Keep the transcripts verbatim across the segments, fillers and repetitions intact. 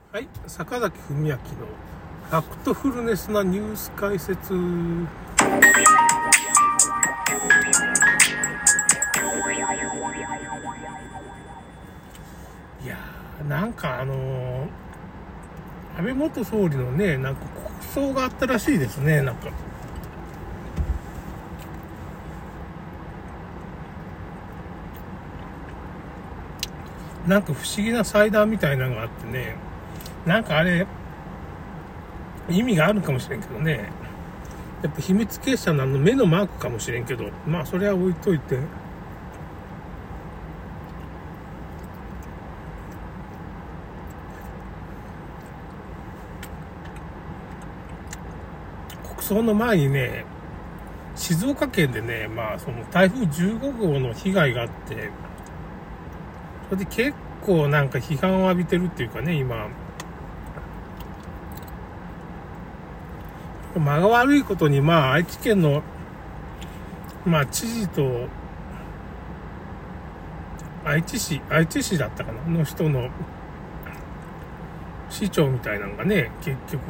はい、坂崎文明のファクトフルネスなニュース解説。いやー、なんかあのー、安倍元総理のね、なんか国葬があったらしいですね、なんか。なんか不思議な祭壇みたいなのがあってね、なんかあれ、意味があるかもしれんけどね。やっぱ秘密結社のあの目のマークかもしれんけど、まあそれは置いといて。国葬の前にね、静岡県でね、まあその台風じゅうごごうの被害があって、それで結構なんか批判を浴びてるっていうかね、今。間が悪いことに、まあ愛知県の、まあ知事と、愛知市、愛知市だったかなの人の市長みたいなのがね、結局、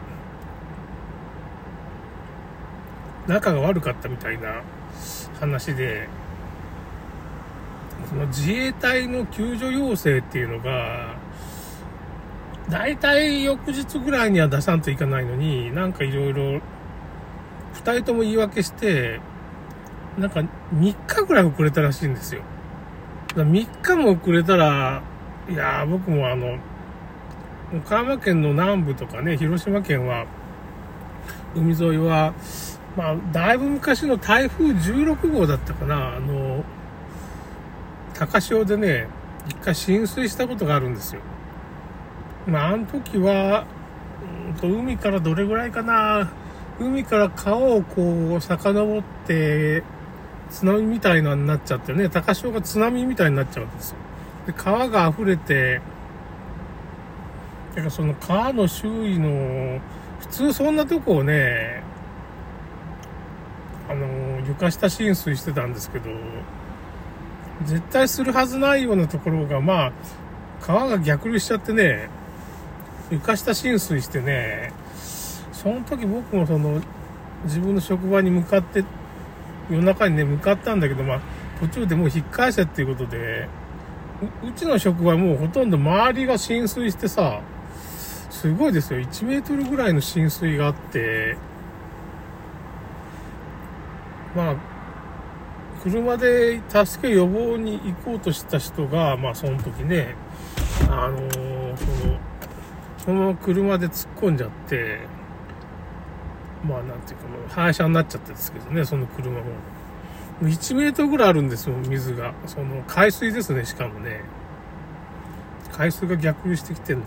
仲が悪かったみたいな話で、その自衛隊の救助要請っていうのが、だいたい翌日ぐらいには出さんといかないのに、なんかいろいろ、二人とも言い訳して、なんかみっかぐらい遅れたらしいんですよ。みっかも遅れたら、いやー僕もあの、岡山県の南部とかね、広島県は、海沿いは、まあ、だいぶ昔の台風じゅうろくごうだったかな、あの、高潮でね、一回浸水したことがあるんですよ。まあ、あの時は、うんと、海からどれぐらいかな、海から川をこう、遡って、津波みたいなになっちゃってね、高潮が津波みたいになっちゃうんですよ。で、川が溢れて、だからその川の周囲の、普通そんなとこをね、あの、床下浸水してたんですけど、絶対するはずないようなところが、まあ、川が逆流しちゃってね、床下浸水してね、その時僕もその、自分の職場に向かって、夜中にね、向かったんだけど、まあ、途中でもう引っ返せっていうことで、う、うちの職場はもうほとんど周りが浸水してさ、すごいですよ。いちメートルぐらいの浸水があって、まあ、車で助け予防に行こうとした人が、まあその時ね、あのー、その、そのまま車で突っ込んじゃって、まあなんていうか、廃車になっちゃったんですけどね、その車も。もういちメートルぐらいあるんですよ、水が。その、海水ですね、しかもね。海水が逆流してきてんで。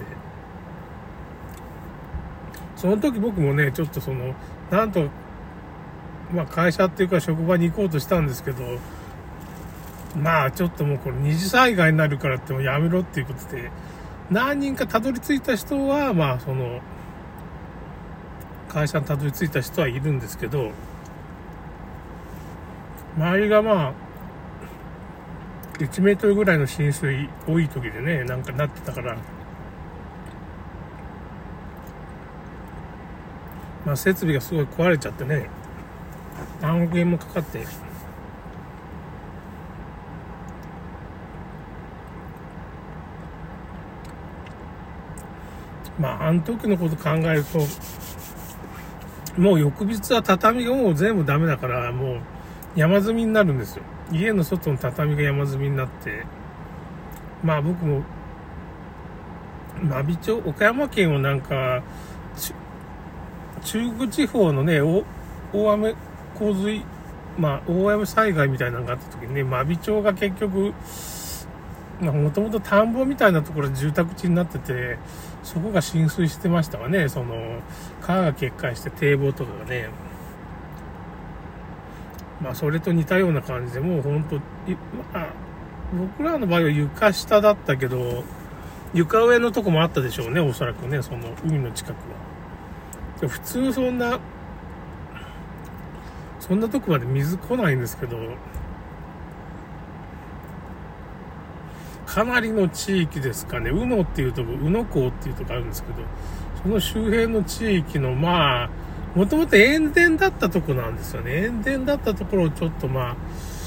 その時僕もね、ちょっとその、なんと、まあ会社っていうか職場に行こうとしたんですけど、まあちょっともうこれ二次災害になるからってもやめろっていうことで、何人かたどり着いた人は、まあその、会社にたどり着いた人はいるんですけど、周りがまあ、いちメートルぐらいの浸水多い時でね、なんかなってたから、まあ設備がすごい壊れちゃってね、何億円もかかって、まああの時のこと考えると、もう翌日は畳がもう全部ダメだから、もう山積みになるんですよ。家の外の畳が山積みになって、まあ僕も、真備町、岡山県をなんか、中部地方のね、大雨洪水、まあ大雨災害みたいなのがあった時にね、真備町が結局、もともと田んぼみたいなところで住宅地になってて、そこが浸水してましたわね。その、川が決壊して堤防とかがね。まあそれと似たような感じで、もうほんと、まあ、僕らの場合は床下だったけど、床上のとこもあったでしょうね、おそらくね、その海の近くは。普通そんな、そんなとこまで水来ないんですけど、 かなりの地域ですかね。宇野っていうとこ、宇野港っていうとこあるんですけど、その周辺の地域の、まあ、もともと塩田だったとこなんですよね。塩田だったところをちょっとまあ、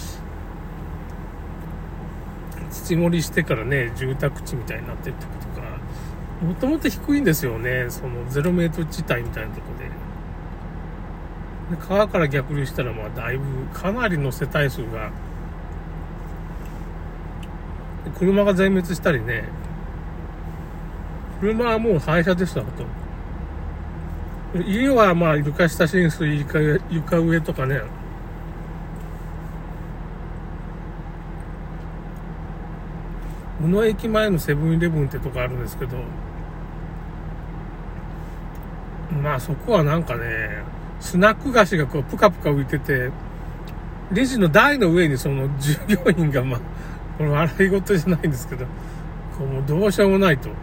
土盛りしてからね、住宅地みたいになってるってことか、もともと低いんですよね。そのゼロメートル地帯みたいなとこで。で川から逆流したら、まあ、だいぶ、かなりの世帯数が、車が全滅したりね、車はもう廃車でした、ほとんど。家はまあ床下浸水、床、床上とかね、宇野駅前のセブンイレブンってとこあるんですけど、まあそこはなんかね、スナック菓子がこうプカプカ浮いてて、レジの台の上にその従業員がまあ、これ笑い事じゃないんですけど、こうもうどうしようもないと。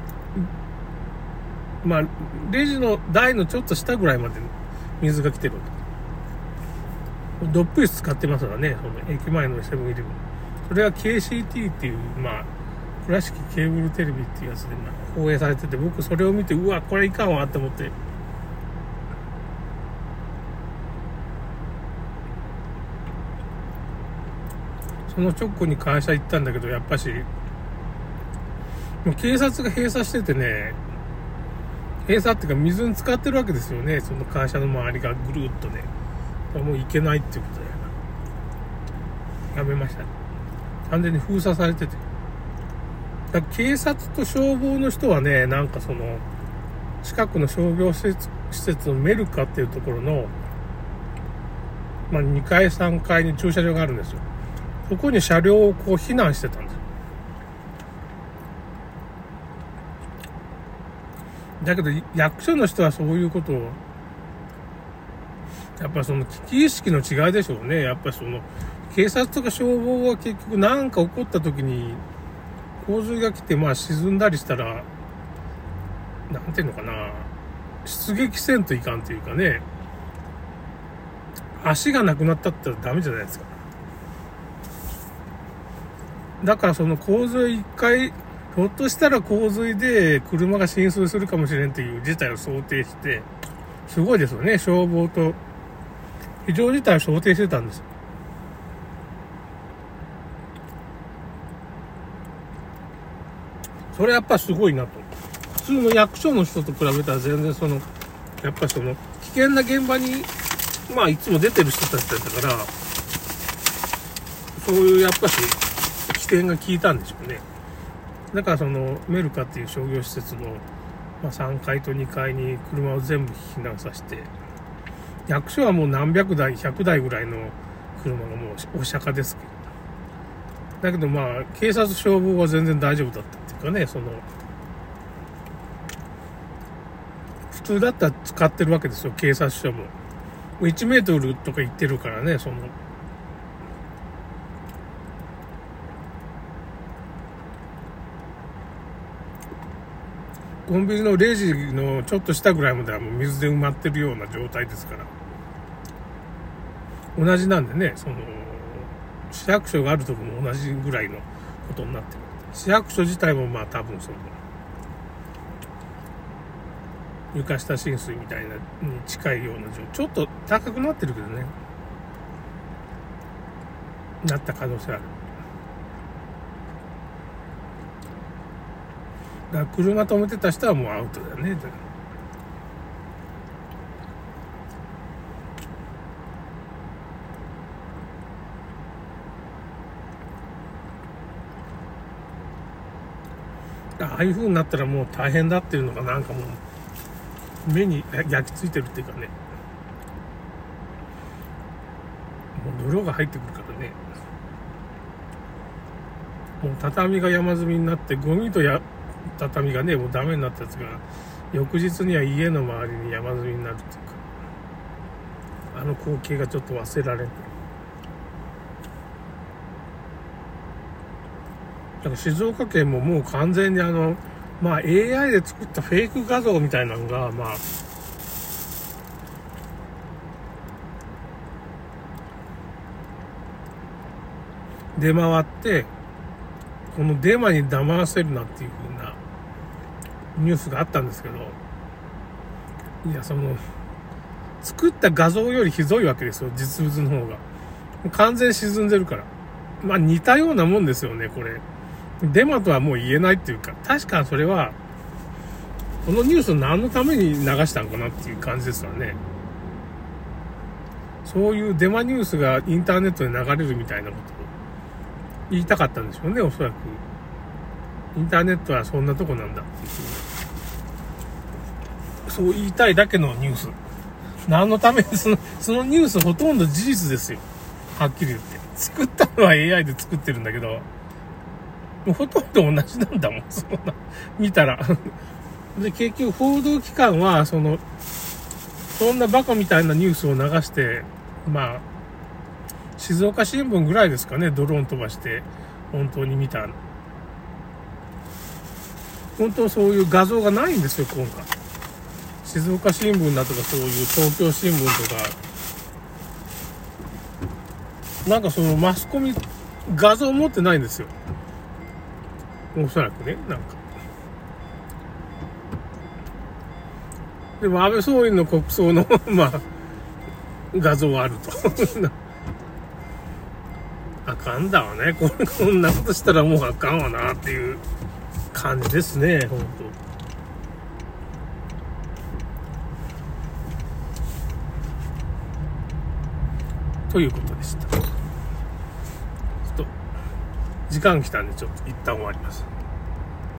まあ、レジの台のちょっと下ぐらいまで水が来てる。どっぷり使ってますからね、その駅前のセブンイレブン。それは ケーシーティー っていう、まあ、倉敷ケーブルテレビっていうやつで、まあ、放映されてて、僕それを見て、うわ、これいかんわって思って。その直後に会社行ったんだけど、やっぱし、もう警察が閉鎖しててね、閉鎖っていうか水に浸かってるわけですよね。その会社の周りがぐるっとね。もう行けないっていうことで、やめました。完全に封鎖されてて。だから警察と消防の人はね、なんかその、近くの商業施設、施設のメルカっていうところの、まあにかいさんがいに駐車場があるんですよ。そこに車両をこう避難してたんですよ。だけど役所の人はそういうことを、やっぱりその危機意識の違いでしょうね。やっぱりその警察とか消防は結局何か起こった時に洪水が来てまあ沈んだりしたら、なんていうのかな、出撃せんといかんというかね、足がなくなったってダメじゃないですか。だからその洪水一回、ひょっとしたら洪水で車が浸水するかもしれんという事態を想定して、すごいですよね、消防と非常事態を想定してたんです。それやっぱすごいなと。普通の役所の人と比べたら全然その、やっぱその危険な現場に、まあいつも出てる人たちだったから、そういうやっぱし起点が効いたんでしょうね。だからそのメルカっていう商業施設の、まあ、さんがいとにかいに車を全部避難させて、役所はもう何百台、ひゃくだいぐらいの車がもうお釈迦ですけど。だけどまあ、警察消防は全然大丈夫だったっていうかね、その、普通だったら使ってるわけですよ、警察署も。もういちメートルとか行ってるからね、その、コンビニのレジのちょっと下ぐらいまではもう水で埋まってるような状態ですから。同じなんでね、その、市役所があるところも同じぐらいのことになってる。市役所自体もまあ多分その、床下浸水みたいなに近いような状況、ちょっと高くなってるけどね。なった可能性ある。だから車止めてた人はもうアウトだよね。ああいう風になったらもう大変だっていうのがなんかもう目に焼き付いてるっていうかね、もう泥が入ってくるからね、もう畳が山積みになってゴミとや畳がねもうダメになったやつが翌日には家の周りに山積みになるっていうか、あの光景がちょっと忘れられん。だから静岡県ももう完全にあのまあ エーアイ で作ったフェイク画像みたいなのがまあ出回って、 このデマに騙せるなっていう風なニュースがあったんですけど、いや、その、作った画像よりひどいわけですよ、実物の方が。完全に沈んでるから。まあ似たようなもんですよね、これ。デマとはもう言えないっていうか、確かそれは、このニュースを何のために流したのかなっていう感じですわね。そういうデマニュースがインターネットで流れるみたいなことを言いたかったんでしょうね、おそらく。インターネットはそんなとこなんだっていうふうに。そう言いたいだけのニュース。何のためにその、そのニュースほとんど事実ですよ。はっきり言って。作ったのは エーアイ で作ってるんだけど、もうほとんど同じなんだもん、そんな、見たら。で、結局報道機関は、その、そんなバカみたいなニュースを流して、まあ、静岡新聞ぐらいですかね、ドローン飛ばして、本当に見た。本当そういう画像がないんですよ、今回。静岡新聞だとか、そういう東京新聞とか、なんかそのマスコミ、画像持ってないんですよ。おそらくね、なんか。でも安倍総理の国葬の、まあ、画像はあると。あかんだわね。これ、こんなことしたらもうあかんわなっていう感じですね、ほんと。ということでした。ちょっと、時間来たんでちょっと一旦終わります。